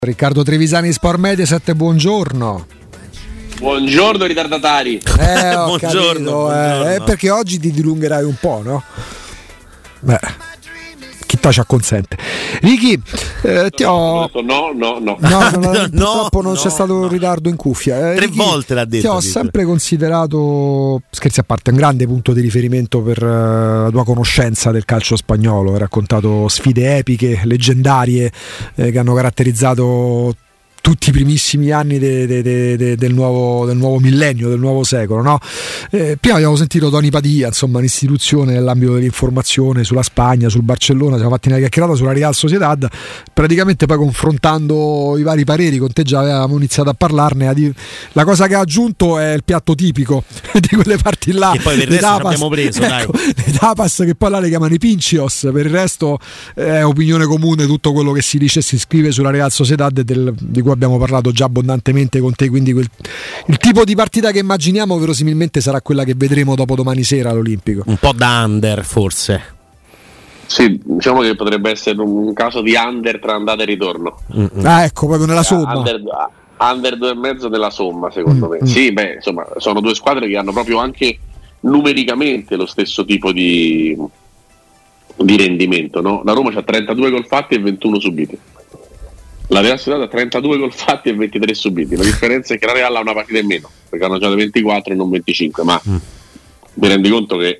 Riccardo Trevisani, Sport Mediaset, buongiorno. Buongiorno ritardatari. Ho buongiorno, capito, buongiorno. perché oggi ti dilungherai un po', no? Beh, chi ci acconsente. Ricky, ti ho... No. Purtroppo non c'è stato un ritardo in cuffia. 3 Ricky, volte l'ha detto. Ti ho sempre considerato, scherzi a parte, un grande punto di riferimento per la tua conoscenza del calcio spagnolo. Hai raccontato sfide epiche, leggendarie, che hanno caratterizzato tutti i primissimi anni del nuovo millennio, del nuovo secolo, no? Prima abbiamo sentito Tony Padilla, insomma, un'istituzione nell'ambito dell'informazione sulla Spagna, sul Barcellona, siamo fatti una chiacchierata sulla Real Sociedad, praticamente poi confrontando i vari pareri con te già avevamo iniziato a parlarne, la cosa che ha aggiunto è il piatto tipico di quelle parti là, che poi per il resto tapas, abbiamo preso, ecco, le tapas che poi là le chiamano i pincios, per il resto è opinione comune tutto quello che si dice e si scrive sulla Real Sociedad di cui abbiamo parlato già abbondantemente con te, quindi il tipo di partita che immaginiamo verosimilmente sarà quella che vedremo dopo domani sera all'Olimpico. Un po' da under forse. Sì, diciamo che potrebbe essere un caso di under tra andata e ritorno. Ecco, proprio nella somma. Under 2,5 nella somma, secondo me. Sì, beh, insomma, sono due squadre che hanno proprio anche numericamente lo stesso tipo di rendimento, no? La Roma c'ha 32 gol fatti e 21 subiti. La Real Sociedad ha 32 gol fatti e 23 subiti. La differenza è che la Real ha una partita in meno, perché hanno giocato 24 e non 25. Ma mi rendi conto che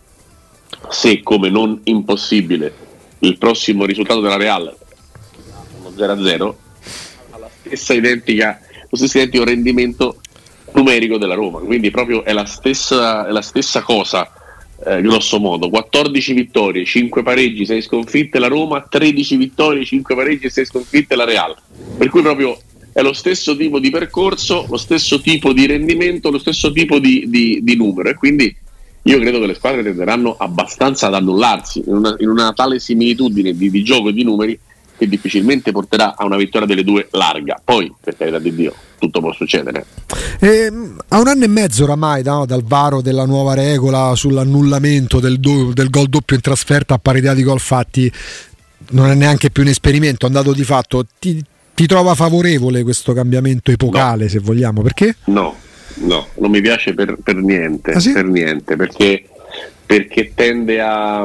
se, come non impossibile, il prossimo risultato della Real uno 0-0 ha lo stesso identico rendimento numerico della Roma, quindi proprio è la stessa cosa. Grosso modo 14 vittorie, 5 pareggi, 6 sconfitte la Roma, 13 vittorie, 5 pareggi e 6 sconfitte la Real, per cui proprio è lo stesso tipo di percorso, lo stesso tipo di rendimento, lo stesso tipo di numero, e quindi io credo che le squadre tenderanno abbastanza ad annullarsi in una tale similitudine di gioco e di numeri che difficilmente porterà a una vittoria delle due larga. Poi, per carità di Dio, tutto può succedere. A un anno e mezzo oramai, no, dal varo della nuova regola sull'annullamento del gol doppio in trasferta a parità di gol fatti, non è neanche più un esperimento, è un dato di fatto. Ti trova favorevole questo cambiamento epocale, se vogliamo? Perché? No, non mi piace per niente, sì? Per niente, perché tende a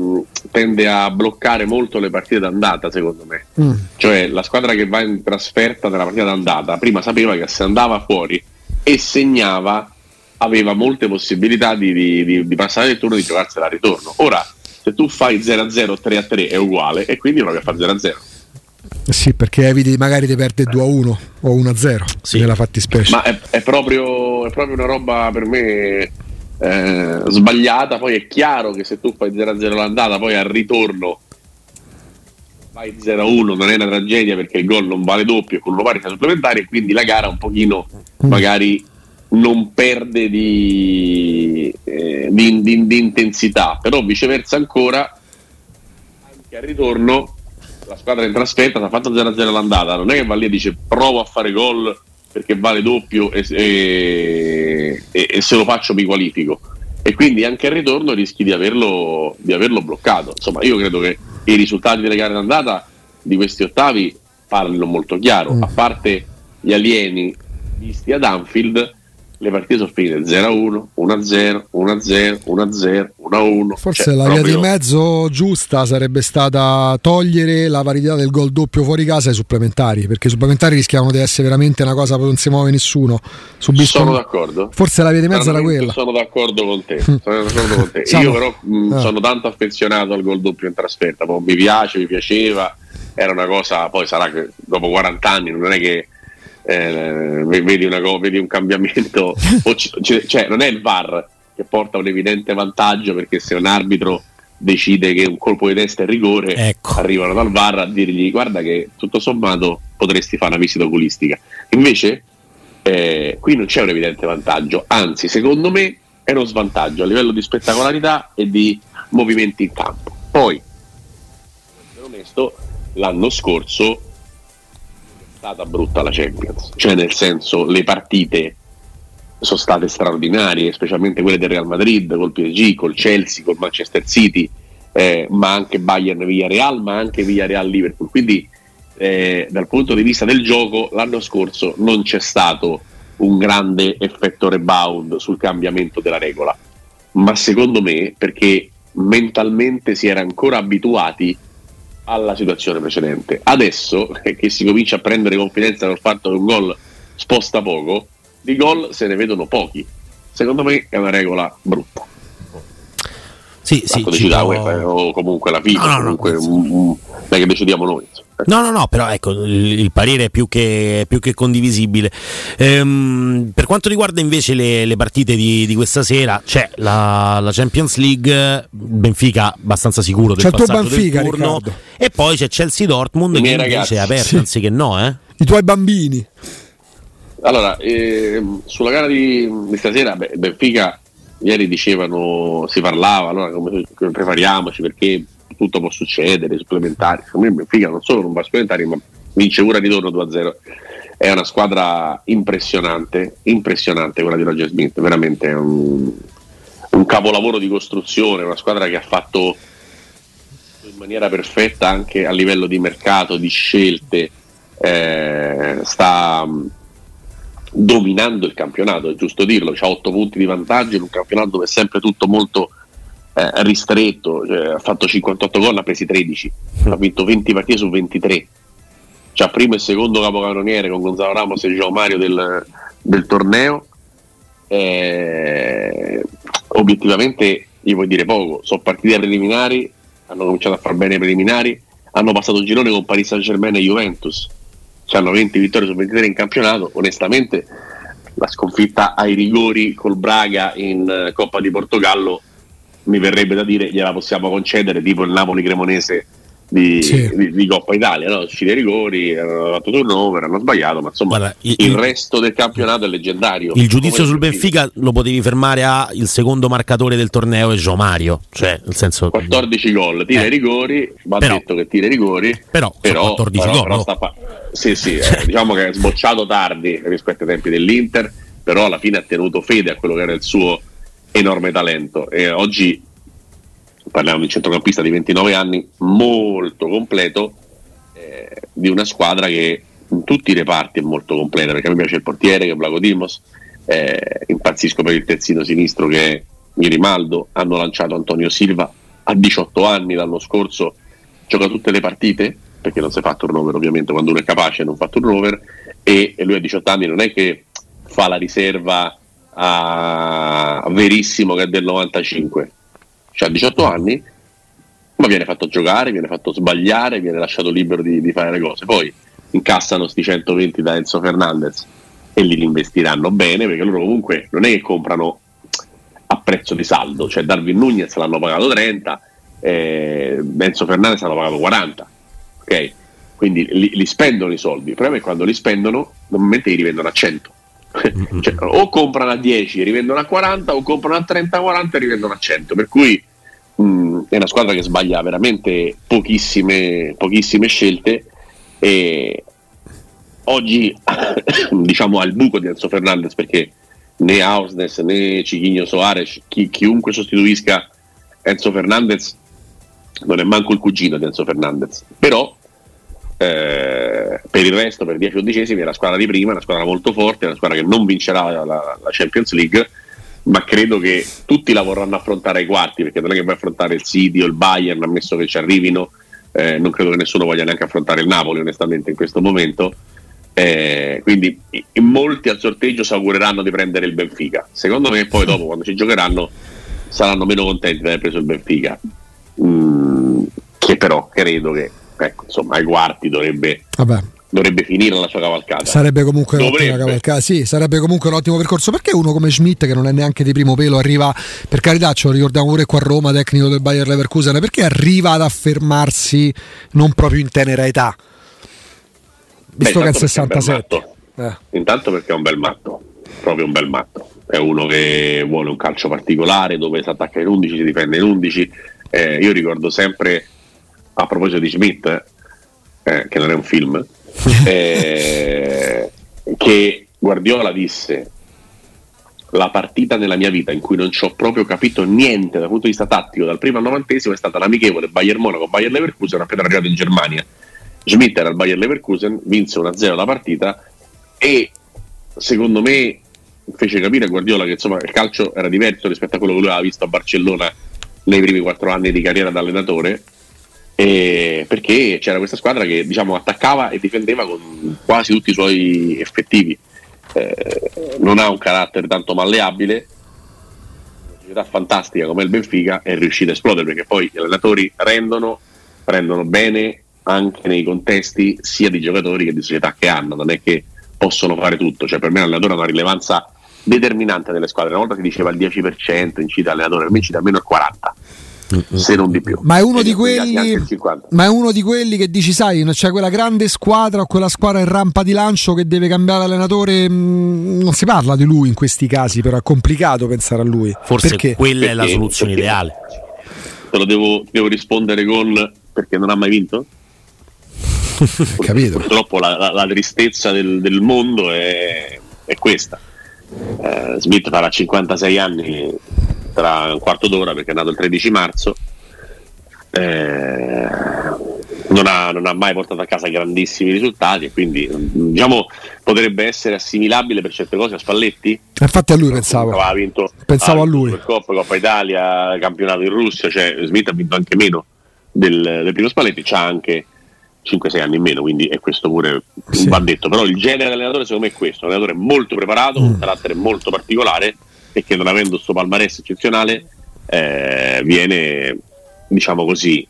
bloccare molto le partite d'andata, secondo me. Cioè la squadra che va in trasferta nella partita d'andata prima sapeva che se andava fuori e segnava aveva molte possibilità di passare il turno, di giocarsi al ritorno. Ora se tu fai 0-0, 3-3 è uguale, e quindi provi a fare 0-0. Sì, perché eviti magari di perdere 2-1 o 1-0 nella fattispecie. Ma è proprio una roba per me sbagliata. Poi è chiaro che se tu fai 0-0 l'andata, poi al ritorno vai 0-1, non è una tragedia, perché il gol non vale doppio, con uno pari sia supplementare, e quindi la gara un pochino magari non perde di intensità. Però viceversa ancora, anche al ritorno la squadra in trasferta ti ha fatto 0-0 l'andata, non è che va lì e dice provo a fare gol perché vale doppio e se lo faccio mi qualifico, e quindi anche al ritorno rischi di averlo bloccato. Insomma, io credo che i risultati delle gare d'andata di questi ottavi parlino molto chiaro. A parte gli alieni visti ad Anfield, le partite sono finite 0-1, 1-0, 1-0, 1-0, 1-1. Forse la via di mezzo giusta sarebbe stata togliere la parità del gol doppio fuori casa ai supplementari, perché i supplementari rischiavano di essere veramente una cosa che non si muove nessuno. Sono d'accordo. Forse la via di mezzo era quella. Sono d'accordo con te. Io però sono tanto affezionato al gol doppio in trasferta. Poi mi piaceva, era una cosa. Poi sarà che dopo 40 anni non è che vedi un cambiamento, cioè non è il VAR che porta un evidente vantaggio, perché se un arbitro decide che un colpo di testa è rigore, ecco, arrivano dal VAR a dirgli guarda che tutto sommato potresti fare una visita oculistica. Invece qui non c'è un evidente vantaggio, anzi secondo me è uno svantaggio a livello di spettacolarità e di movimenti in campo. Poi, per onesto, l'anno scorso è stata brutta la Champions, cioè nel senso, le partite sono state straordinarie, specialmente quelle del Real Madrid col PSG, col Chelsea, col Manchester City, ma anche Bayern Villarreal, ma anche Villarreal Liverpool, quindi dal punto di vista del gioco l'anno scorso non c'è stato un grande effetto rebound sul cambiamento della regola, ma secondo me perché mentalmente si era ancora abituati alla situazione precedente. Adesso che si comincia a prendere confidenza col fatto che un gol sposta poco, di gol se ne vedono pochi. Secondo me è una regola brutta. Sì, o comunque la FIFA, comunque non è che decidiamo noi. No, però ecco, il parere è più che condivisibile. Per quanto riguarda invece le partite di questa sera, c'è la Champions League, Benfica abbastanza sicuro del passaggio Benfica, del turno, Riccardo. E poi c'è Chelsea-Dortmund che invece è aperta, anziché no. I tuoi bambini. Allora, sulla gara di stasera, Benfica ieri dicevano, si parlava, allora come prepariamoci perché tutto può succedere, supplementari. Secondo me Benfica non solo non va a supplementari, ma vince pure a ritorno 2-0. È una squadra impressionante quella di Roger Smith, veramente è un capolavoro di costruzione, una squadra che ha fatto in maniera perfetta anche a livello di mercato, di scelte, sta dominando il campionato, è giusto dirlo, c'ha 8 punti di vantaggio in un campionato dove è sempre tutto molto ristretto, ha fatto 58 gol, ha presi 13, ha vinto 20 partite su 23, c'ha primo e secondo capocannoniere con Gonzalo Ramos e João Mario del torneo. Obiettivamente gli puoi dire poco, sono partite preliminari, hanno cominciato a far bene i preliminari, hanno passato il girone con Paris Saint-Germain e Juventus, hanno 20 vittorie su 23 in campionato. Onestamente la sconfitta ai rigori col Braga in Coppa di Portogallo mi verrebbe da dire gliela possiamo concedere, tipo il Napoli-Cremonese di Coppa Italia, no? Usciti ai rigori, hanno fatto turnover, hanno sbagliato, ma insomma guarda, il resto del campionato è leggendario. Il giudizio sul Benfica lo potevi fermare a il secondo marcatore del torneo e João Mario, cioè nel senso 14 gol, tira ai rigori, va detto che tira ai rigori, però 14 gol. Diciamo che è sbocciato tardi rispetto ai tempi dell'Inter, però alla fine ha tenuto fede a quello che era il suo enorme talento, e oggi parliamo di un centrocampista di 29 anni molto completo, di una squadra che in tutti i reparti è molto completa, perché a me piace il portiere che è Blago Dimos, impazzisco per il terzino sinistro che è Grimaldo, hanno lanciato Antonio Silva a 18 anni l'anno scorso, gioca tutte le partite perché non si fa turnover, ovviamente quando uno è capace non fa turnover, e lui a 18 anni non è che fa la riserva a Verissimo che è del 95, cioè a 18 anni, ma viene fatto giocare, viene fatto sbagliare, viene lasciato libero di fare le cose. Poi incassano sti 120 da Enzo Fernandez e li investiranno bene, perché loro comunque non è che comprano a prezzo di saldo, cioè Darwin Núñez l'hanno pagato 30, Enzo Fernandez l'hanno pagato 40, ok? Quindi li spendono i soldi. Il problema è quando li spendono normalmente li rivendono a 100. Cioè, o comprano a 10 e rivendono a 40, o comprano a 30-40 e rivendono a 100, per cui è una squadra che sbaglia veramente pochissime scelte, e oggi diciamo ha il buco di Enzo Fernandez, perché né Ausnes né Chiquinho Soares, chiunque sostituisca Enzo Fernandez non è manco il cugino di Enzo Fernandez, però per il resto, per 10-11esimi è la squadra di prima, è una squadra molto forte, è una squadra che non vincerà la Champions League, ma credo che tutti la vorranno affrontare ai quarti, perché non è che vai a affrontare il City o il Bayern, ammesso che ci arrivino, non credo che nessuno voglia neanche affrontare il Napoli onestamente in questo momento, quindi in molti al sorteggio si augureranno di prendere il Benfica. Secondo me poi dopo, quando ci giocheranno, saranno meno contenti di aver preso il Benfica, che però credo che insomma ai quarti dovrebbe finire la sua cavalcata. Sarebbe comunque un'ottima cavalcata, sì, sarebbe comunque un ottimo percorso, perché uno come Schmidt, che non è neanche di primo pelo, arriva, per carità, ce lo ricordiamo pure qua a Roma, tecnico del Bayer Leverkusen, perché arriva ad affermarsi non proprio in tenera età, visto che è il 67. Intanto perché è un bel matto, proprio un bel matto, è uno che vuole un calcio particolare dove si attacca in 11, si difende in 11. Io ricordo sempre, a proposito di Schmidt, che non è un film, che Guardiola disse: la partita nella mia vita in cui non ci ho proprio capito niente dal punto di vista tattico dal primo al 90° è stata l'amichevole Bayern Monaco Bayer Leverkusen appena arrivato in Germania, Schmidt era al Bayer Leverkusen, vinse 1-0 la partita e secondo me fece capire a Guardiola che insomma il calcio era diverso rispetto a quello che lui aveva visto a Barcellona nei primi 4 anni di carriera da allenatore, perché c'era questa squadra che diciamo attaccava e difendeva con quasi tutti i suoi effettivi. Non ha un carattere tanto malleabile, una società fantastica come il Benfica è riuscita a esplodere, perché poi gli allenatori prendono bene anche nei contesti sia di giocatori che di società che hanno, non è che possono fare tutto, cioè per me l'allenatore ha una rilevanza determinante nelle squadre. Una volta si diceva il 10% incide l'allenatore, per me incide almeno il 40%, se non di più. Ma è uno di quelli che dici, sai, c'è quella grande squadra o quella squadra in rampa di lancio che deve cambiare allenatore, non si parla di lui in questi casi, però è complicato pensare a lui. Forse quella è la soluzione ideale. Te lo devo rispondere con perché non ha mai vinto? Capito. Purtroppo la tristezza del mondo è questa. Smith farà 56 anni tra un quarto d'ora, perché è nato il 13 marzo. Non ha mai portato a casa grandissimi risultati e quindi diciamo potrebbe essere assimilabile per certe cose a Spalletti. Infatti a lui pensavo a lui Coppa Italia, campionato in Russia, cioè Smith ha vinto anche meno del primo Spalletti, c'ha anche 5-6 anni in meno, quindi è questo pure va detto. Però il genere dell'allenatore secondo me è questo, un allenatore molto preparato, un carattere molto particolare e che non avendo questo palmarès eccezionale viene, diciamo così,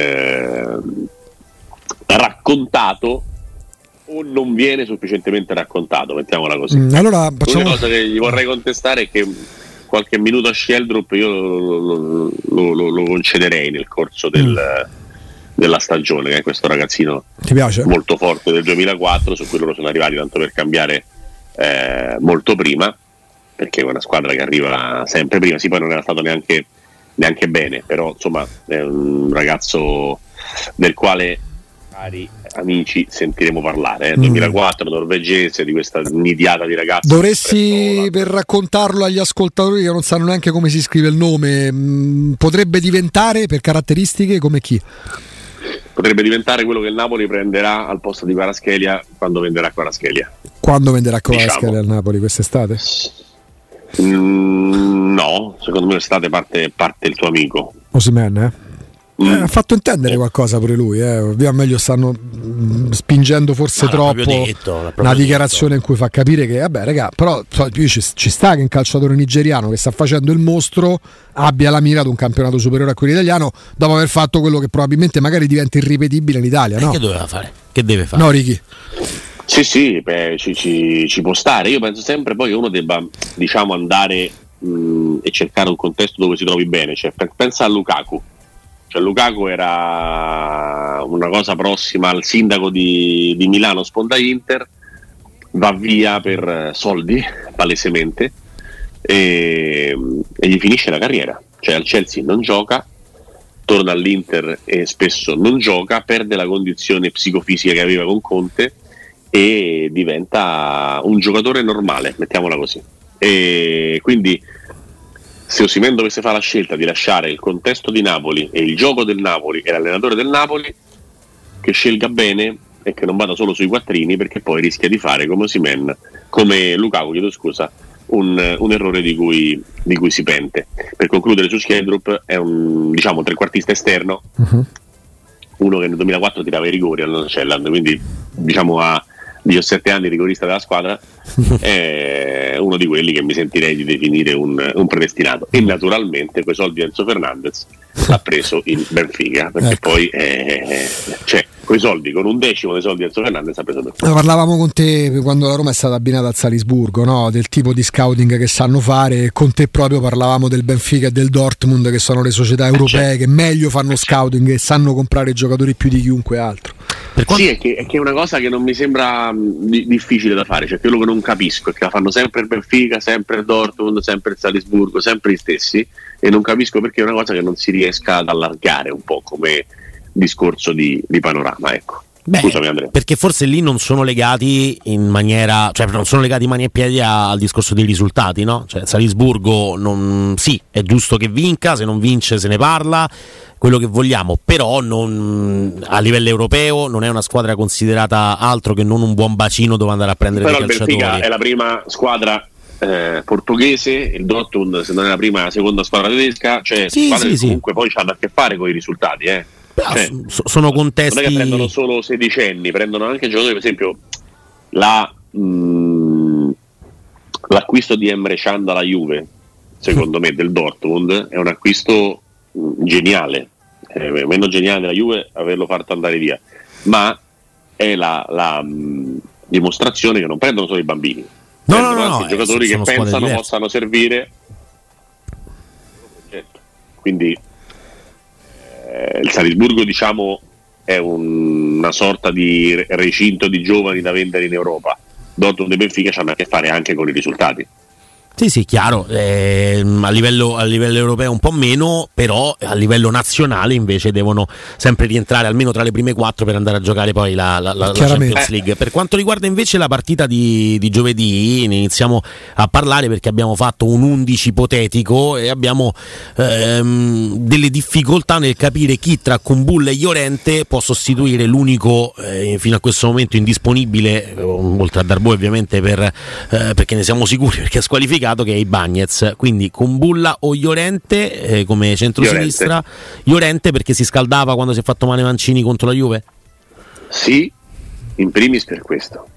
raccontato o non viene sufficientemente raccontato, mettiamola così. Allora, l'unica cosa che gli vorrei contestare è che qualche minuto a Sheldrup io lo concederei nel corso della stagione, che è questo ragazzino molto forte del 2004, su cui loro sono arrivati tanto per cambiare molto prima, perché è una squadra che arriva sempre prima. Sì, poi non era stato neanche bene, però insomma è un ragazzo del quale cari amici sentiremo parlare. 2004, norvegese, di questa nidiata di ragazzi. Dovresti, per raccontarlo agli ascoltatori che non sanno neanche come si scrive il nome, potrebbe diventare per caratteristiche come chi? Potrebbe diventare quello che il Napoli prenderà al posto di Kvaratskhelia quando venderà Kvaratskhelia. Quando venderà Kvaratskhelia al Napoli quest'estate? No, secondo me l'estate parte il tuo amico Osimhen, ha fatto intendere qualcosa pure lui, meglio stanno spingendo forse troppo una dichiarazione in cui fa capire che vabbè raga, però ci sta che un calciatore nigeriano che sta facendo il mostro abbia la mira ad un campionato superiore a quello italiano dopo aver fatto quello che probabilmente magari diventa irripetibile in Italia, no? Che doveva fare? Che deve fare? No, Ricky? Sì, ci può stare. Io penso sempre poi che uno debba, diciamo, andare e cercare un contesto dove si trovi bene. Cioè, pensa a Lukaku. Cioè, Lukaku era una cosa prossima al sindaco di Milano, sponda Inter, va via per soldi, palesemente, e gli finisce la carriera. Cioè al Chelsea non gioca, torna all'Inter e spesso non gioca, perde la condizione psicofisica che aveva con Conte e diventa un giocatore normale, mettiamola così. E quindi se Osimhen dovesse fare la scelta di lasciare il contesto di Napoli e il gioco del Napoli e l'allenatore del Napoli, che scelga bene e che non vada solo sui quattrini, perché poi rischia di fare come Osimhen, come Lukaku, chiedo scusa, un errore di cui si pente. Per concludere su Sheldrup, è un, diciamo, trequartista esterno, uno che nel 2004 tirava i rigori al Nordsjælland, quindi diciamo ha 17 anni rigorista della squadra, è uno di quelli che mi sentirei di definire un predestinato. E naturalmente quei soldi Enzo Fernandez l'ha preso il Benfica, perché poi cioè quei soldi, con un decimo dei soldi Enzo Fernandez ha preso il Benfica. Parlavamo con te quando la Roma è stata abbinata al Salisburgo, no? Del tipo di scouting che sanno fare. Con te proprio parlavamo del Benfica e del Dortmund, che sono le società europee che meglio fanno scouting e sanno comprare giocatori più di chiunque altro. Sì, è che è una cosa che non mi sembra difficile da fare, cioè quello che non capisco è che la fanno sempre il Benfica, sempre il Dortmund, sempre il Salisburgo, sempre gli stessi, e non capisco perché è una cosa che non si riesca ad allargare un po' come discorso di panorama, ecco. Scusami Andrea. Perché forse lì non sono legati in maniera, cioè non sono legati mani e piedi al discorso dei risultati, no? Cioè Salisburgo sì, è giusto che vinca, se non vince se ne parla, quello che vogliamo, però a livello europeo non è una squadra considerata altro che non un buon bacino dove andare a prendere però dei calciatori. Benfica è la prima squadra portoghese, il Dortmund se non è la prima, la seconda squadra tedesca, cioè squadre che comunque poi hanno a che fare con i risultati, Cioè, sono contesti. Non è che prendono solo sedicenni, prendono anche giocatori, per esempio l'acquisto di Emre Can dalla Juve, secondo me, del Dortmund è un acquisto geniale, meno geniale della Juve averlo fatto andare via, ma è la dimostrazione che non prendono solo i bambini, no, i giocatori che pensano possano servire, quindi il Salisburgo, diciamo, è una sorta di recinto di giovani da vendere in Europa. Dortmund e Benfica hanno a che fare anche con i risultati. Sì, chiaro, a livello europeo un po' meno, però a livello nazionale invece devono sempre rientrare almeno tra le prime 4 per andare a giocare poi la Champions League. Per quanto riguarda invece la partita di giovedì, ne iniziamo a parlare perché abbiamo fatto un 11 ipotetico e abbiamo delle difficoltà nel capire chi tra Kumbulla e Llorente può sostituire l'unico fino a questo momento indisponibile, oltre a Darboe ovviamente perché ne siamo sicuri, perché è squalificato, che è Ibañez. Quindi Kumbulla o Llorente come centrosinistra. Llorente perché si scaldava quando si è fatto male Mancini contro la Juve? Sì, in primis per questo,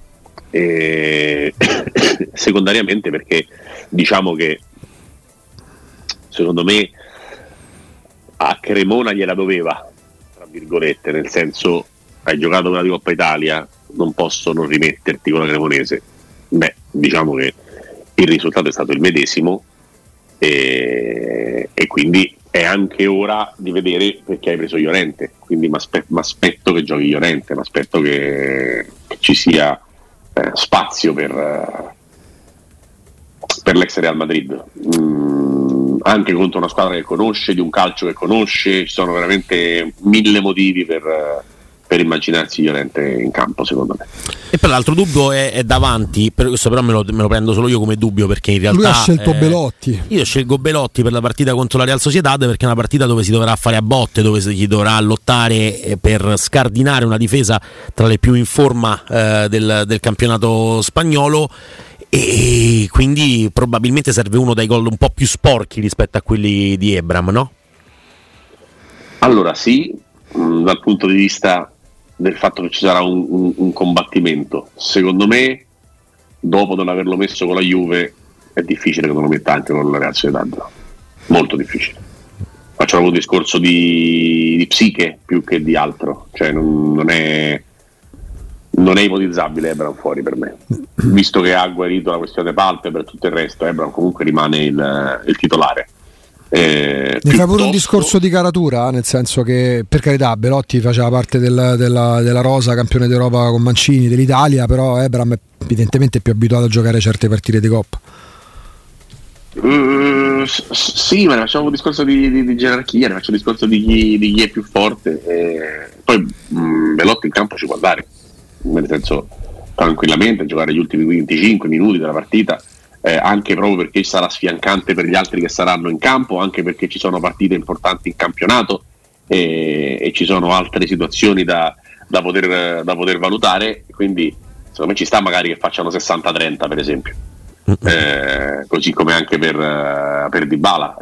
secondariamente perché diciamo che secondo me a Cremona gliela doveva, tra virgolette, nel senso, hai giocato per la Coppa Italia, non posso non rimetterti con la Cremonese. Diciamo che il risultato è stato il medesimo e quindi è anche ora di vedere perché hai preso Llorente, quindi mi aspetto che giochi Llorente, mi aspetto che ci sia spazio per l'ex Real Madrid, anche contro una squadra che conosce, di un calcio che conosce. Ci sono veramente 1000 motivi per immaginarsi Llorente in campo, secondo me. E per l'altro dubbio è davanti, per questo però me lo prendo solo io come dubbio, perché in realtà lui ha scelto Belotti. Io scelgo Belotti per la partita contro la Real Sociedad, perché è una partita dove si dovrà fare a botte, dove si dovrà lottare per scardinare una difesa tra le più in forma del campionato spagnolo, e quindi probabilmente serve uno dai gol un po' più sporchi rispetto a quelli di Ebram, no? Allora sì, dal punto di vista del fatto che ci sarà un combattimento, secondo me dopo non averlo messo con la Juve è difficile che non lo metta anche con la Real Sociedad, molto difficile. Facciamo un discorso di psiche più che di altro, cioè non è ipotizzabile Ebram fuori per me, visto che ha guarito la questione palpe, per tutto il resto Ebram comunque rimane il titolare. Ne fai pure un discorso di caratura, nel senso che, per carità, Belotti faceva parte della rosa, campione d'Europa con Mancini, dell'Italia, però Ebram è evidentemente più abituato a giocare certe partite di Coppa. Sì, ma facciamo un discorso di gerarchia, faccio un discorso di chi è più forte, poi Belotti in campo ci può andare, nel senso, tranquillamente giocare gli ultimi 25 minuti della partita, anche proprio perché sarà sfiancante per gli altri che saranno in campo, anche perché ci sono partite importanti in campionato e ci sono altre situazioni da poter valutare, quindi secondo me ci sta magari che facciano 60-30 per esempio, così come anche per Dybala,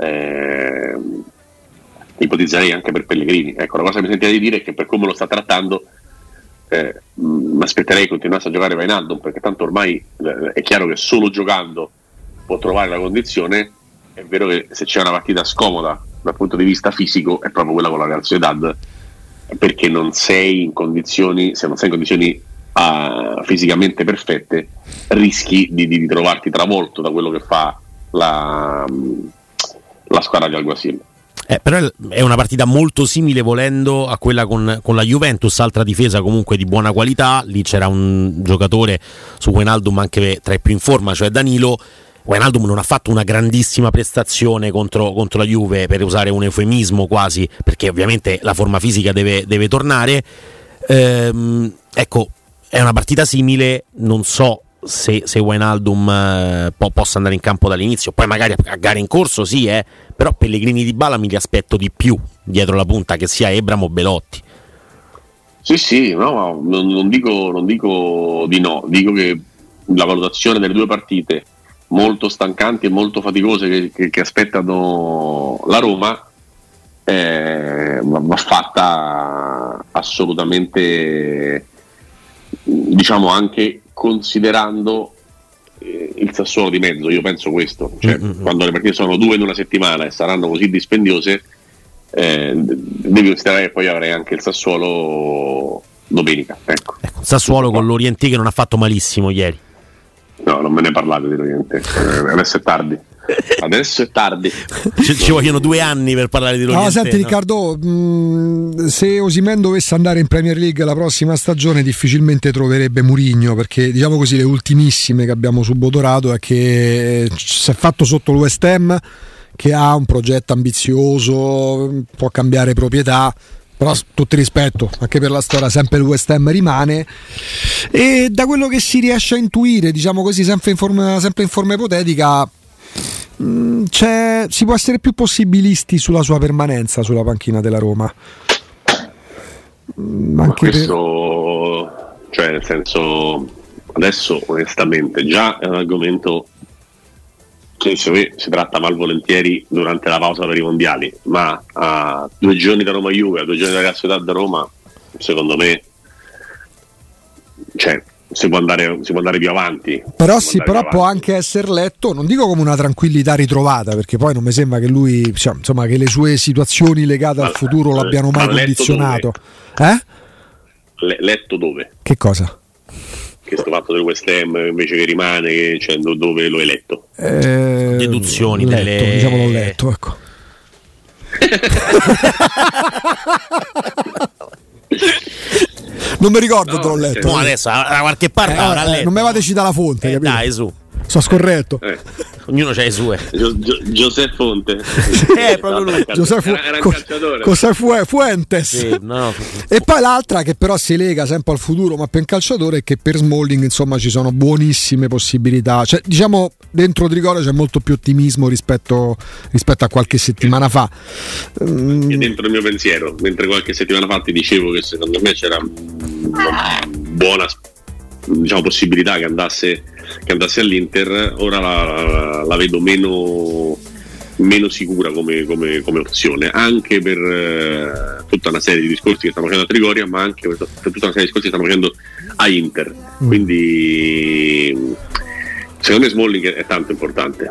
ipotizzerei anche per Pellegrini. Ecco, la cosa che mi sentirei di dire è che per come lo sta trattando mi aspetterei che continuasse a giocare Wijnaldum, perché tanto ormai è chiaro che solo giocando può trovare la condizione. È vero che se c'è una partita scomoda dal punto di vista fisico è proprio quella con la Real Sociedad, perché non sei in condizioni, se non sei in condizioni fisicamente perfette, rischi di trovarti travolto da quello che fa la squadra di Alguacil. Però è una partita molto simile, volendo, a quella con la Juventus, altra difesa comunque di buona qualità. Lì c'era un giocatore su Wijnaldum anche tra i più in forma, cioè Danilo. Wijnaldum non ha fatto una grandissima prestazione contro la Juve, per usare un eufemismo quasi, perché ovviamente la forma fisica deve tornare. Ecco, è una partita simile, non so se Wijnaldum possa andare in campo dall'inizio, poi magari a gare in corso sì, però Pellegrini di Bala mi li aspetto di più dietro la punta, che sia Ebram o Belotti. Sì, no, non dico di no, dico che la valutazione delle due partite molto stancanti e molto faticose che aspettano la Roma va fatta assolutamente, diciamo, anche considerando il Sassuolo di mezzo. Io penso questo, cioè, quando le partite sono 2 in una settimana e saranno così dispendiose, devi considerare che poi avrai anche il Sassuolo domenica, ecco. Sassuolo con l'Orientì che non ha fatto malissimo ieri. No, non me ne parlate dell'Orientì, adesso è tardi. Ci vogliono 2 anni per parlare di Lorientè. No, senti, Riccardo, se Osimhen dovesse andare in Premier League la prossima stagione difficilmente troverebbe Mourinho, perché diciamo così le ultimissime che abbiamo subodorato è che si è fatto sotto il West Ham, che ha un progetto ambizioso, può cambiare proprietà, però tutto rispetto, anche per la storia sempre il West Ham rimane, e da quello che si riesce a intuire, diciamo così, sempre in forma ipotetica, si può essere più possibilisti sulla sua permanenza sulla panchina della Roma. Ma questo, cioè, nel senso, adesso onestamente già è un argomento che si tratta malvolentieri durante la pausa per i mondiali, ma a 2 giorni da Roma Juve, a 2 giorni dalla Società da Roma, secondo me, cioè, si può andare più avanti. Però può anche essere letto, non dico come una tranquillità ritrovata, perché poi non mi sembra che lui, insomma, che le sue situazioni legate al futuro l'abbiano mai condizionato. Letto dove? Che cosa? Che sto fatto del West Ham invece che rimane, cioè, dove lo hai letto? Deduzioni diciamo l'ho letto, ecco. Non mi ricordo dove l'ho letto. No, adesso da qualche parte avrà letto. Non mi vate citare la fonte, capito? Dai, su. Sono scorretto. Ognuno c'ha le sue. Giuseppe Fonte. Proprio lui. Era un calciatore. Fuentes. Sì, no. E poi l'altra che però si lega sempre al futuro, ma per un calciatore, è che per Smalling, insomma, ci sono buonissime possibilità. Cioè, diciamo, dentro Trigoria c'è molto più ottimismo rispetto a qualche settimana fa. È dentro il mio pensiero, mentre qualche settimana fa ti dicevo che secondo me c'era una buona, diciamo, possibilità che andasse all'Inter. Ora la vedo meno sicura come opzione, anche per tutta una serie di discorsi che stiamo facendo a Trigoria, ma anche per tutta una serie di discorsi che stiamo facendo a Inter. Quindi secondo me Smalling è tanto importante.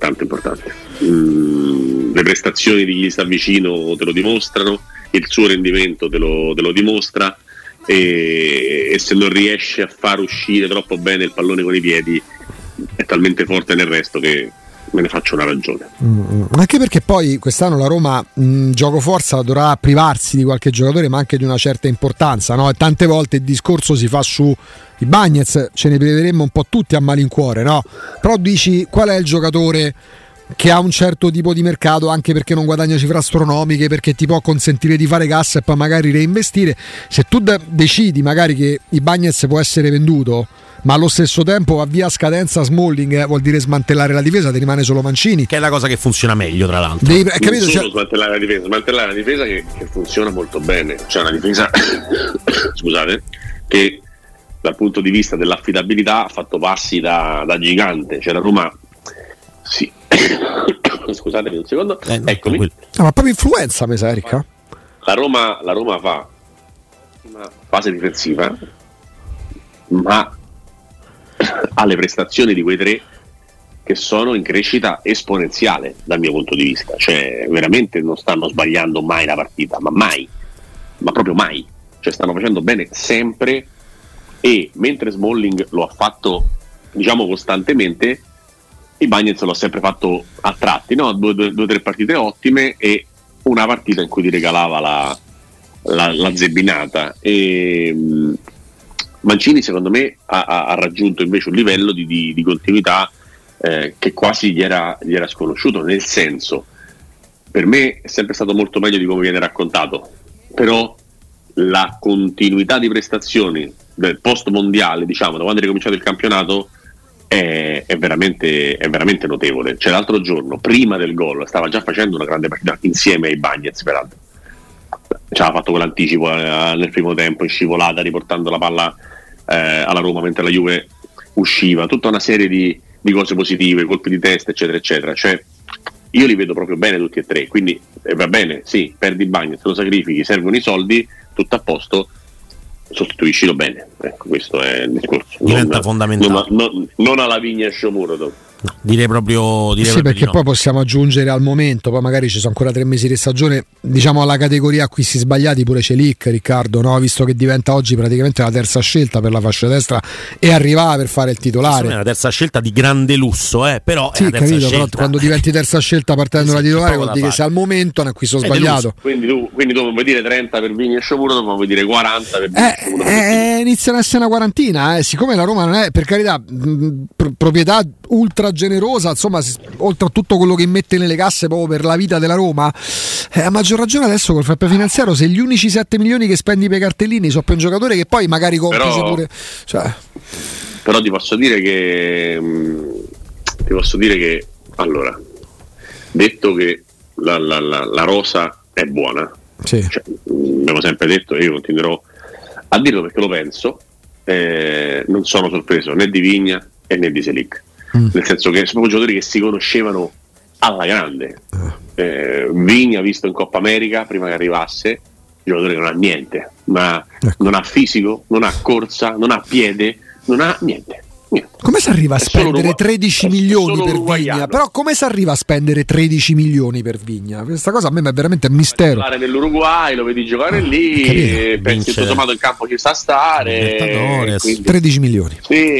Le prestazioni di chi gli sta vicino te lo dimostrano, il suo rendimento te lo dimostra, e se non riesce a far uscire troppo bene il pallone con i piedi è talmente forte nel resto che me ne faccio una ragione. Anche perché poi quest'anno la Roma, gioco forza, dovrà privarsi di qualche giocatore, ma anche di una certa importanza, no? E tante volte il discorso si fa su i Bagnez, ce ne priveremmo un po' tutti a malincuore, no? Però dici qual è il giocatore che ha un certo tipo di mercato, anche perché non guadagna cifre astronomiche, perché ti può consentire di fare cassa e poi magari reinvestire. Se tu decidi magari che i Bagnez può essere venduto, ma allo stesso tempo va via a scadenza Smalling, vuol dire smantellare la difesa, ti rimane solo Mancini, che è la cosa che funziona meglio, tra l'altro. Capito? Solo smantellare la difesa che funziona molto bene. C'è una difesa scusate, che dal punto di vista dell'affidabilità ha fatto passi da gigante. Cioè la Roma, sì. Scusatemi un secondo, eccomi. Ma proprio influenza, mi sa, Erika. La Roma fa una fase difensiva, ma ha le prestazioni di quei 3 che sono in crescita esponenziale dal mio punto di vista. Cioè veramente non stanno sbagliando mai la partita, ma proprio mai. Cioè stanno facendo bene sempre, e mentre Smalling lo ha fatto, diciamo, costantemente, i Bagnez l'ho sempre fatto a tratti, no? 2 o 3 partite ottime e una partita in cui ti regalava la zebbinata. E Mancini secondo me ha raggiunto invece un livello di continuità che quasi gli era sconosciuto, nel senso, per me è sempre stato molto meglio di come viene raccontato, però la continuità di prestazioni del post mondiale, diciamo, da quando è ricominciato il campionato, è veramente notevole. Cioè, l'altro giorno, prima del gol, stava già facendo una grande partita insieme ai Bagnez, peraltro. Ci aveva fatto quell'anticipo nel primo tempo in scivolata, riportando la palla alla Roma mentre la Juve usciva, tutta una serie di cose positive, colpi di testa, eccetera eccetera. Cioè, io li vedo proprio bene tutti e tre, quindi va bene, sì, perdi Bagnez, lo sacrifichi, servono i soldi, tutto a posto, sostituiscilo bene. Ecco, questo è il discorso. Diventa fondamentale. Non alla Vigna e Sciomuro. Direi proprio sì, perché poi possiamo aggiungere al momento, poi magari ci sono ancora 3 mesi di stagione, diciamo alla categoria acquisti sbagliati pure Celic, Riccardo, no? Visto che diventa oggi praticamente la terza scelta per la fascia destra e arrivava per fare il titolare. È una terza scelta di grande lusso, però sì, è una terza capito, scelta. Però quando diventi terza scelta partendo da titolare vuol dire che se al momento è un acquisto sbagliato. Quindi tu non vuoi dire 30 per Vigna e Sciomuro, ma vuoi dire 40 per Vigna e Sciomuro. Iniziano a essere una quarantina, siccome la Roma non è, per carità, proprietà ultra generosa, insomma, oltre a tutto quello che mette nelle casse proprio per la vita della Roma, a maggior ragione adesso col fair play finanziario, se gli unici 7 milioni che spendi per i cartellini sono per un giocatore che poi magari complice pure, cioè. Però ti posso dire che allora, detto che la rosa è buona, sì. Cioè, abbiamo sempre detto, e io continuerò a dirlo perché lo penso, non sono sorpreso né di Vigna e né di Selic, nel senso che sono giocatori che si conoscevano alla grande. Vigna visto in Coppa America prima che arrivasse, giocatore che non ha niente, ma non ha fisico, non ha corsa, non ha piede, non ha niente. Come si arriva a spendere 13 milioni per Vigna? Però come si arriva a spendere 13 milioni per Vigna? Questa cosa a me è veramente un mistero. Parlare dell'Uruguay, lo vedi giocare lì, pensi tutto sommato in campo ci sta a stare, 13 milioni.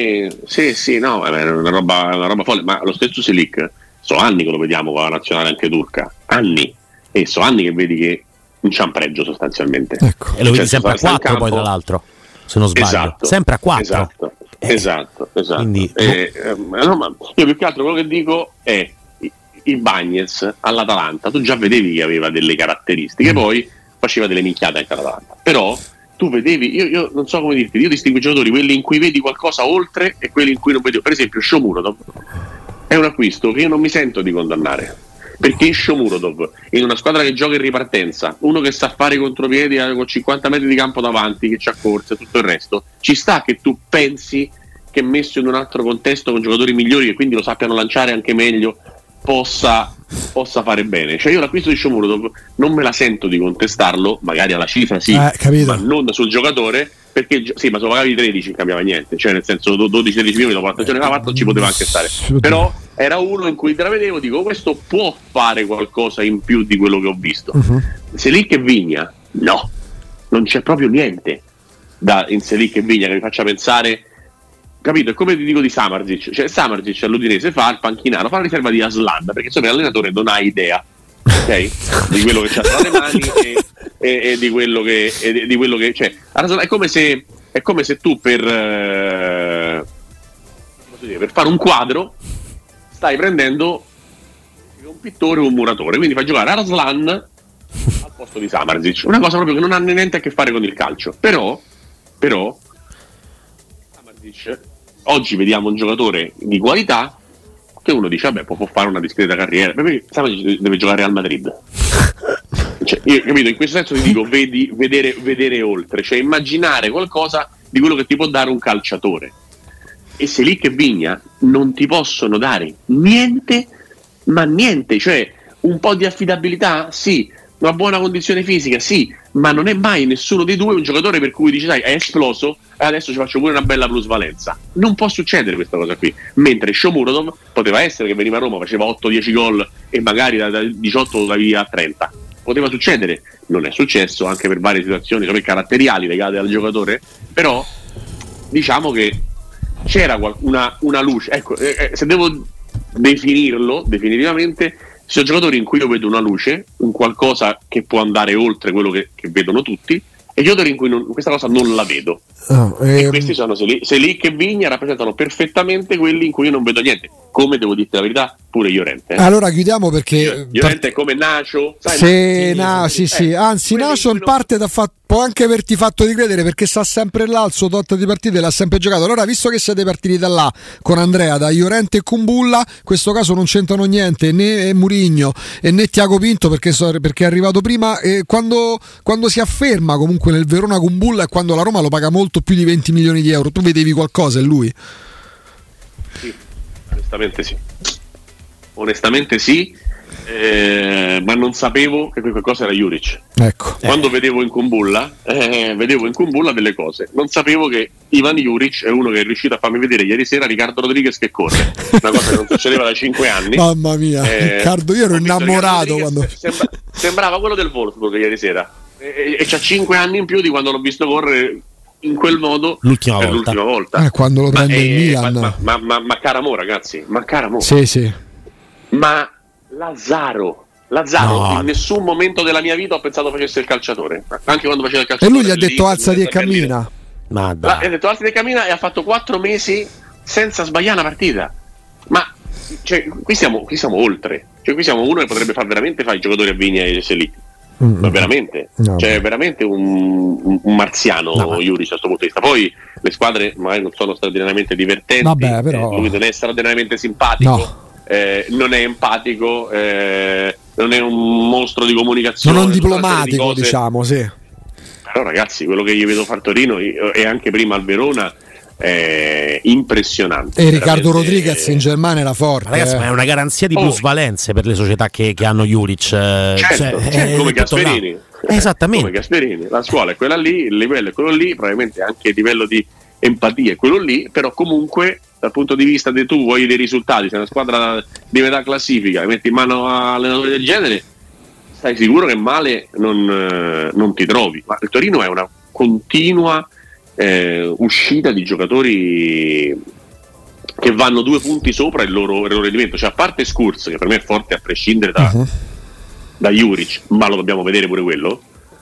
Sì, no, è una roba folle, ma lo stesso Selic, sono anni che lo vediamo con la nazionale anche turca, anni, e sono anni che vedi che non c'ha un pregio sostanzialmente. Ecco. E lo vedi sempre a 4 poi tra l'altro, se non sbaglio, esatto, sempre a 4. Esatto. Quindi, no, ma io più che altro quello che dico è il Bagnez all'Atalanta, tu già vedevi che aveva delle caratteristiche, poi faceva delle minchiate anche all'Atalanta, però tu vedevi, io non so come dirti, io distingo i giocatori, quelli in cui vedi qualcosa oltre e quelli in cui non vedi. Per esempio Shomurodov è un acquisto che io non mi sento di condannare, perché Shomurodov in una squadra che gioca in ripartenza, uno che sa fare i contropiedi con 50 metri di campo davanti, che c'ha corse e tutto il resto, ci sta che tu pensi che messo in un altro contesto con giocatori migliori che quindi lo sappiano lanciare anche meglio possa fare bene. Cioè io l'acquisto di Shomurodov non me la sento di contestarlo, magari alla cifra sì, ma non sul giocatore, perché sì, ma se lo pagavi 13 non cambiava niente, cioè nel senso 12-13 milioni dopo la stagione che ha fatto ci poteva anche stare, però era uno in cui te la vedevo, dico questo può fare qualcosa in più di quello che ho visto. Selic e Vigna no, non c'è proprio niente in Selic e Vigna che mi faccia pensare, capito? È come ti dico di Samardzic, cioè Samardzic all'Udinese fa il panchinaro, fa la riserva di Aslan, perché insomma l'allenatore non ha idea, ok? Di quello che c'ha tra le mani e di quello che cioè è come se tu per fare un quadro stai prendendo un pittore o un muratore, quindi fai giocare Arslan al posto di Samardzic, una cosa proprio che non ha niente a che fare con il calcio, però Samardzic oggi vediamo un giocatore di qualità che uno dice vabbè può fare una discreta carriera, perché Samardzic deve giocare al Madrid. Cioè, io capito, in questo senso ti dico vedere oltre, cioè immaginare qualcosa di quello che ti può dare un calciatore. E Selic e Vigna non ti possono dare niente, ma niente, cioè un po' di affidabilità, sì, una buona condizione fisica, sì, ma non è mai nessuno dei due un giocatore per cui dici dai è esploso e adesso ci faccio pure una bella plusvalenza. Non può succedere questa cosa qui, mentre Shomurodov poteva essere che veniva a Roma, faceva 8-10 gol e magari da 18 lo davi a 30, poteva succedere, non è successo anche per varie situazioni caratteriali legate al giocatore, però diciamo che c'era una luce, ecco, se devo definirlo definitivamente, sono giocatori in cui io vedo una luce, un qualcosa che può andare oltre quello che vedono tutti, e giocatori in cui questa cosa non la vedo. E questi sono Selic e Vigna rappresentano perfettamente quelli in cui io non vedo niente. come devo dirti la verità, pure Llorente. Allora chiudiamo perché Llorente è come Nacio, sì. Anzi, Nacio in parte può anche averti fatto ricredere, perché sta sempre là, il suo tot di partite l'ha sempre giocato. Allora, visto che siete partiti da là con Andrea, da Llorente e Kumbulla, in questo caso non c'entrano niente né Mourinho e né Tiago Pinto, perché è arrivato prima. Quando si afferma comunque nel Verona Kumbulla è quando la Roma lo paga molto più di 20 milioni di euro. Tu vedevi qualcosa in lui? Sì, onestamente sì, ma non sapevo che qualcosa era Juric. Ecco. Quando vedevo in Kumbulla delle cose, non sapevo che Ivan Juric è uno che è riuscito a farmi vedere ieri sera Riccardo Rodriguez che corre, una cosa che non succedeva da 5 anni. Mamma mia, Riccardo, io ero innamorato quando... sembrava quello del Wolfsburg ieri sera, e c'ha 5 anni in più di quando l'ho visto correre in quel modo l'ultima volta. Quando lo prende il Milan. Ma Caramo, ragazzi, Sì. Ma Lazzaro no. In nessun momento della mia vita ho pensato facesse il calciatore, anche quando faceva il calciatore. E lui gli ha detto alzati e cammina. Ha detto alzati e cammina, e ha fatto 4 mesi senza sbagliare una partita. Ma qui siamo oltre. Qui siamo uno che potrebbe veramente fare i giocatori a Vigna e Selì. Ma veramente, veramente un marziano Juric a questo punto di vista. Poi le squadre magari non sono straordinariamente divertenti, però... lui non è straordinariamente simpatico, non è empatico, non è un mostro di comunicazione, non diplomatico, diciamo, sì. Però ragazzi, quello che io vedo far Torino e anche prima al Verona è impressionante. E Riccardo Rodriguez in Germania era forte. Ragazzi, ma è una garanzia di plusvalenze per le società che hanno Juric. Certo, come Gasperini. Esattamente. Come Gasperini. La scuola è quella lì, il livello è quello lì, probabilmente anche il livello di empatia è quello lì, però comunque dal punto di vista di tu vuoi dei risultati, se una squadra di metà classifica e metti in mano a allenatori del genere, stai sicuro che male non ti trovi. Ma il Torino è una continua uscita di giocatori che vanno 2 punti sopra il loro rendimento, cioè a parte Skurz, che per me è forte a prescindere da Juric, ma lo dobbiamo vedere pure quello,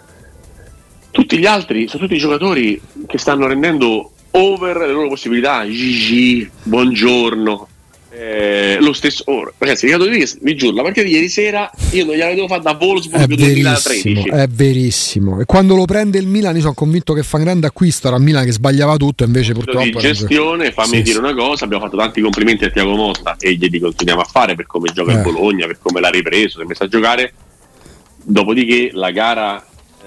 tutti gli altri sono tutti giocatori che stanno rendendo over le loro possibilità. Gigi, buongiorno, lo stesso ragazzi, vi giuro, la partita di ieri sera io non gliela devo fare da Wolfsburg 2013. È verissimo, e quando lo prende il Milan io sono convinto che fa un grande acquisto. Era il Milan che sbagliava tutto, invece purtroppo di gestione. Fammi dire una cosa, abbiamo fatto tanti complimenti a Thiago Motta e glieli continuiamo a fare per come gioca il Bologna, per come l'ha ripreso, si è messo a giocare. Dopodiché la gara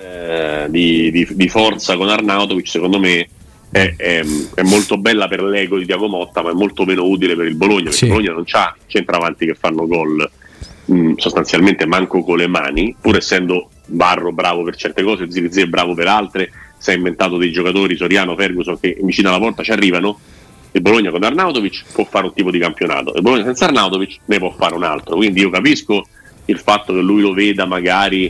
di forza con Arnautovic secondo me è molto bella per l'ego di Thiago Motta, ma è molto meno utile per il Bologna, perché il Bologna non c'ha centravanti che fanno gol sostanzialmente manco con le mani, pur essendo Barro bravo per certe cose, Zirkzee bravo per altre. Si è inventato dei giocatori, Soriano, Ferguson, che vicino alla porta ci arrivano. Il Bologna con Arnautovic può fare un tipo di campionato, il Bologna senza Arnautovic ne può fare un altro. Quindi io capisco il fatto che lui lo veda magari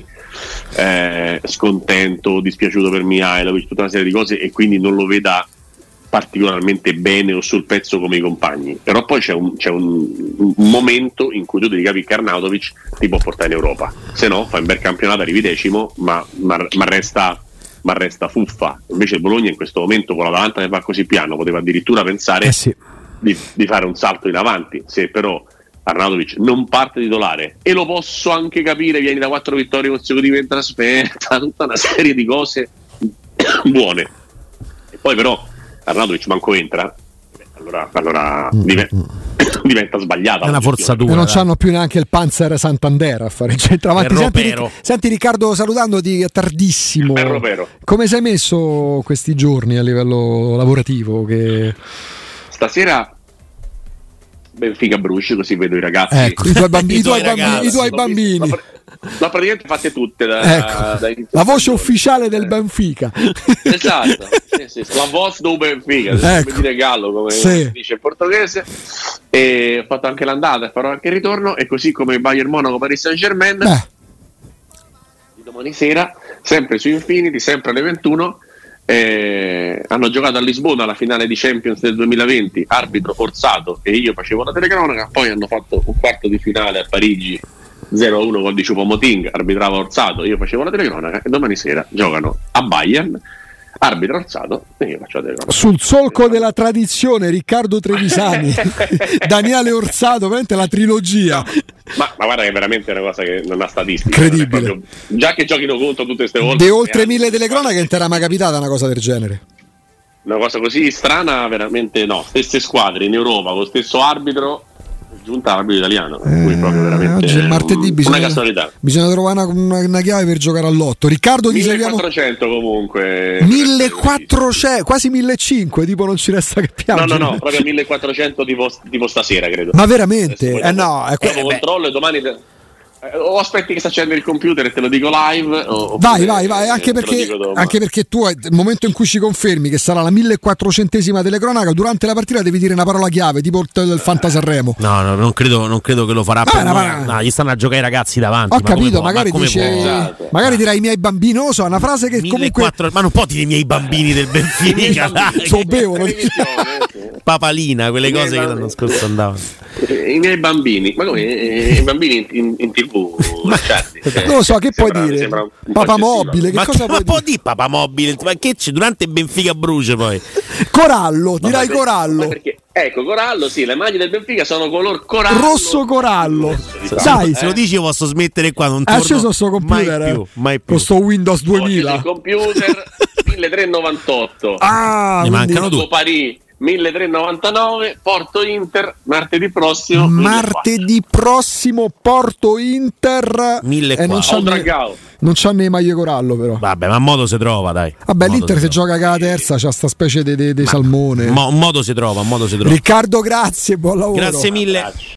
scontento, dispiaciuto per Mihajlovic, tutta una serie di cose, e quindi non lo veda particolarmente bene o sul pezzo come i compagni. Però poi c'è un momento in cui tu devi capire che Arnautovic ti può portare in Europa, se no fai un bel campionato, arrivi 10º, ma resta fuffa. Invece il Bologna in questo momento con l'Atalanta che va così piano poteva addirittura pensare di fare un salto in avanti. Se però Arnautovic non parte titolare, e lo posso anche capire, vieni da 4 vittorie consecutive in trasferta, tutta una serie di cose buone, e poi però Arnautovic manco entra, allora diventa sbagliata. È una forzatura. E non c'hanno più neanche il Panzer Santander a fare il centravanti. Senti Riccardo, salutandoti, è tardissimo. Come sei messo questi giorni a livello lavorativo? Stasera Benfica Bruce, così vedo i ragazzi. Ecco, i tuoi bambini. Ma praticamente fatte tutte la voce ufficiale del Benfica. Esatto, sì. La voce do Benfica, come dire Gallo, come si dice in portoghese. E ho fatto anche l'andata e farò anche il ritorno, e così come Bayern Monaco Paris Saint-Germain di domani sera, sempre su Infinity, sempre alle 21. Hanno giocato a Lisbona la finale di Champions del 2020, arbitro forzato e io facevo la telecronaca. Poi hanno fatto un quarto di finale a Parigi 0-1 con di Choupo-Moting, arbitrava forzato, io facevo la telecronaca, e domani sera giocano a Bayern arbitro Orsato e io faccio la telecronaca. Sul solco della tradizione, Riccardo Trevisani, Daniele Orsato, veramente la trilogia. Ma guarda che veramente è una cosa che non ha statistica. Incredibile. Proprio, già che giochino contro tutte queste volte. De oltre 1000 telecronache che non ti era mai capitata una cosa del genere. Una cosa così strana veramente no. Stesse squadre in Europa con lo stesso arbitro, giunta all'arbitro italiano. Quindi proprio veramente oggi è martedì, una casualità. Bisogna trovare una chiave per giocare all'otto. Riccardo, ti 1400 comunque. 1400, quasi 1500, tipo non ci resta che piangere. No, proprio 1400 tipo stasera, credo. Ma veramente? No, è controllo e domani o aspetti che si accende il computer e te lo dico live vai, anche perché tu nel momento in cui ci confermi che sarà la 1400esima telecronaca, durante la partita devi dire una parola chiave tipo il Fantasanremo. No, non credo che lo farà. No, gli stanno a giocare i ragazzi davanti. Ho capito, magari magari dirai i miei bambini, non lo so, una frase che 1400, comunque ma non può dire i miei bambini del Benfica. so bevono Papalina, quelle cose che l'anno scorso andavano. I miei bambini, ma come i bambini in TV? Non lo so, che puoi dire? Papa mobile, che cosa puoi dire? Papa mobile, ma che c'è durante Benfica Bruce poi? Corallo, dirai Corallo. Perché, ecco, Corallo, sì, le maglie del Benfica sono color corallo. Rosso Corallo. Sai, se lo dici io posso smettere qua, non torno acceso sto computer, mai più. Con sto Windows 2000. Il computer 1398. Ne mancano due. Paris 1399, Porto Inter martedì prossimo Porto Inter 1400. non c'ha né maglie Corallo però. Vabbè, ma a modo si trova, dai. Vabbè, l'Inter se gioca con la terza c'ha sta specie di salmone. Un modo si trova. Riccardo, grazie, buon lavoro. Grazie mille.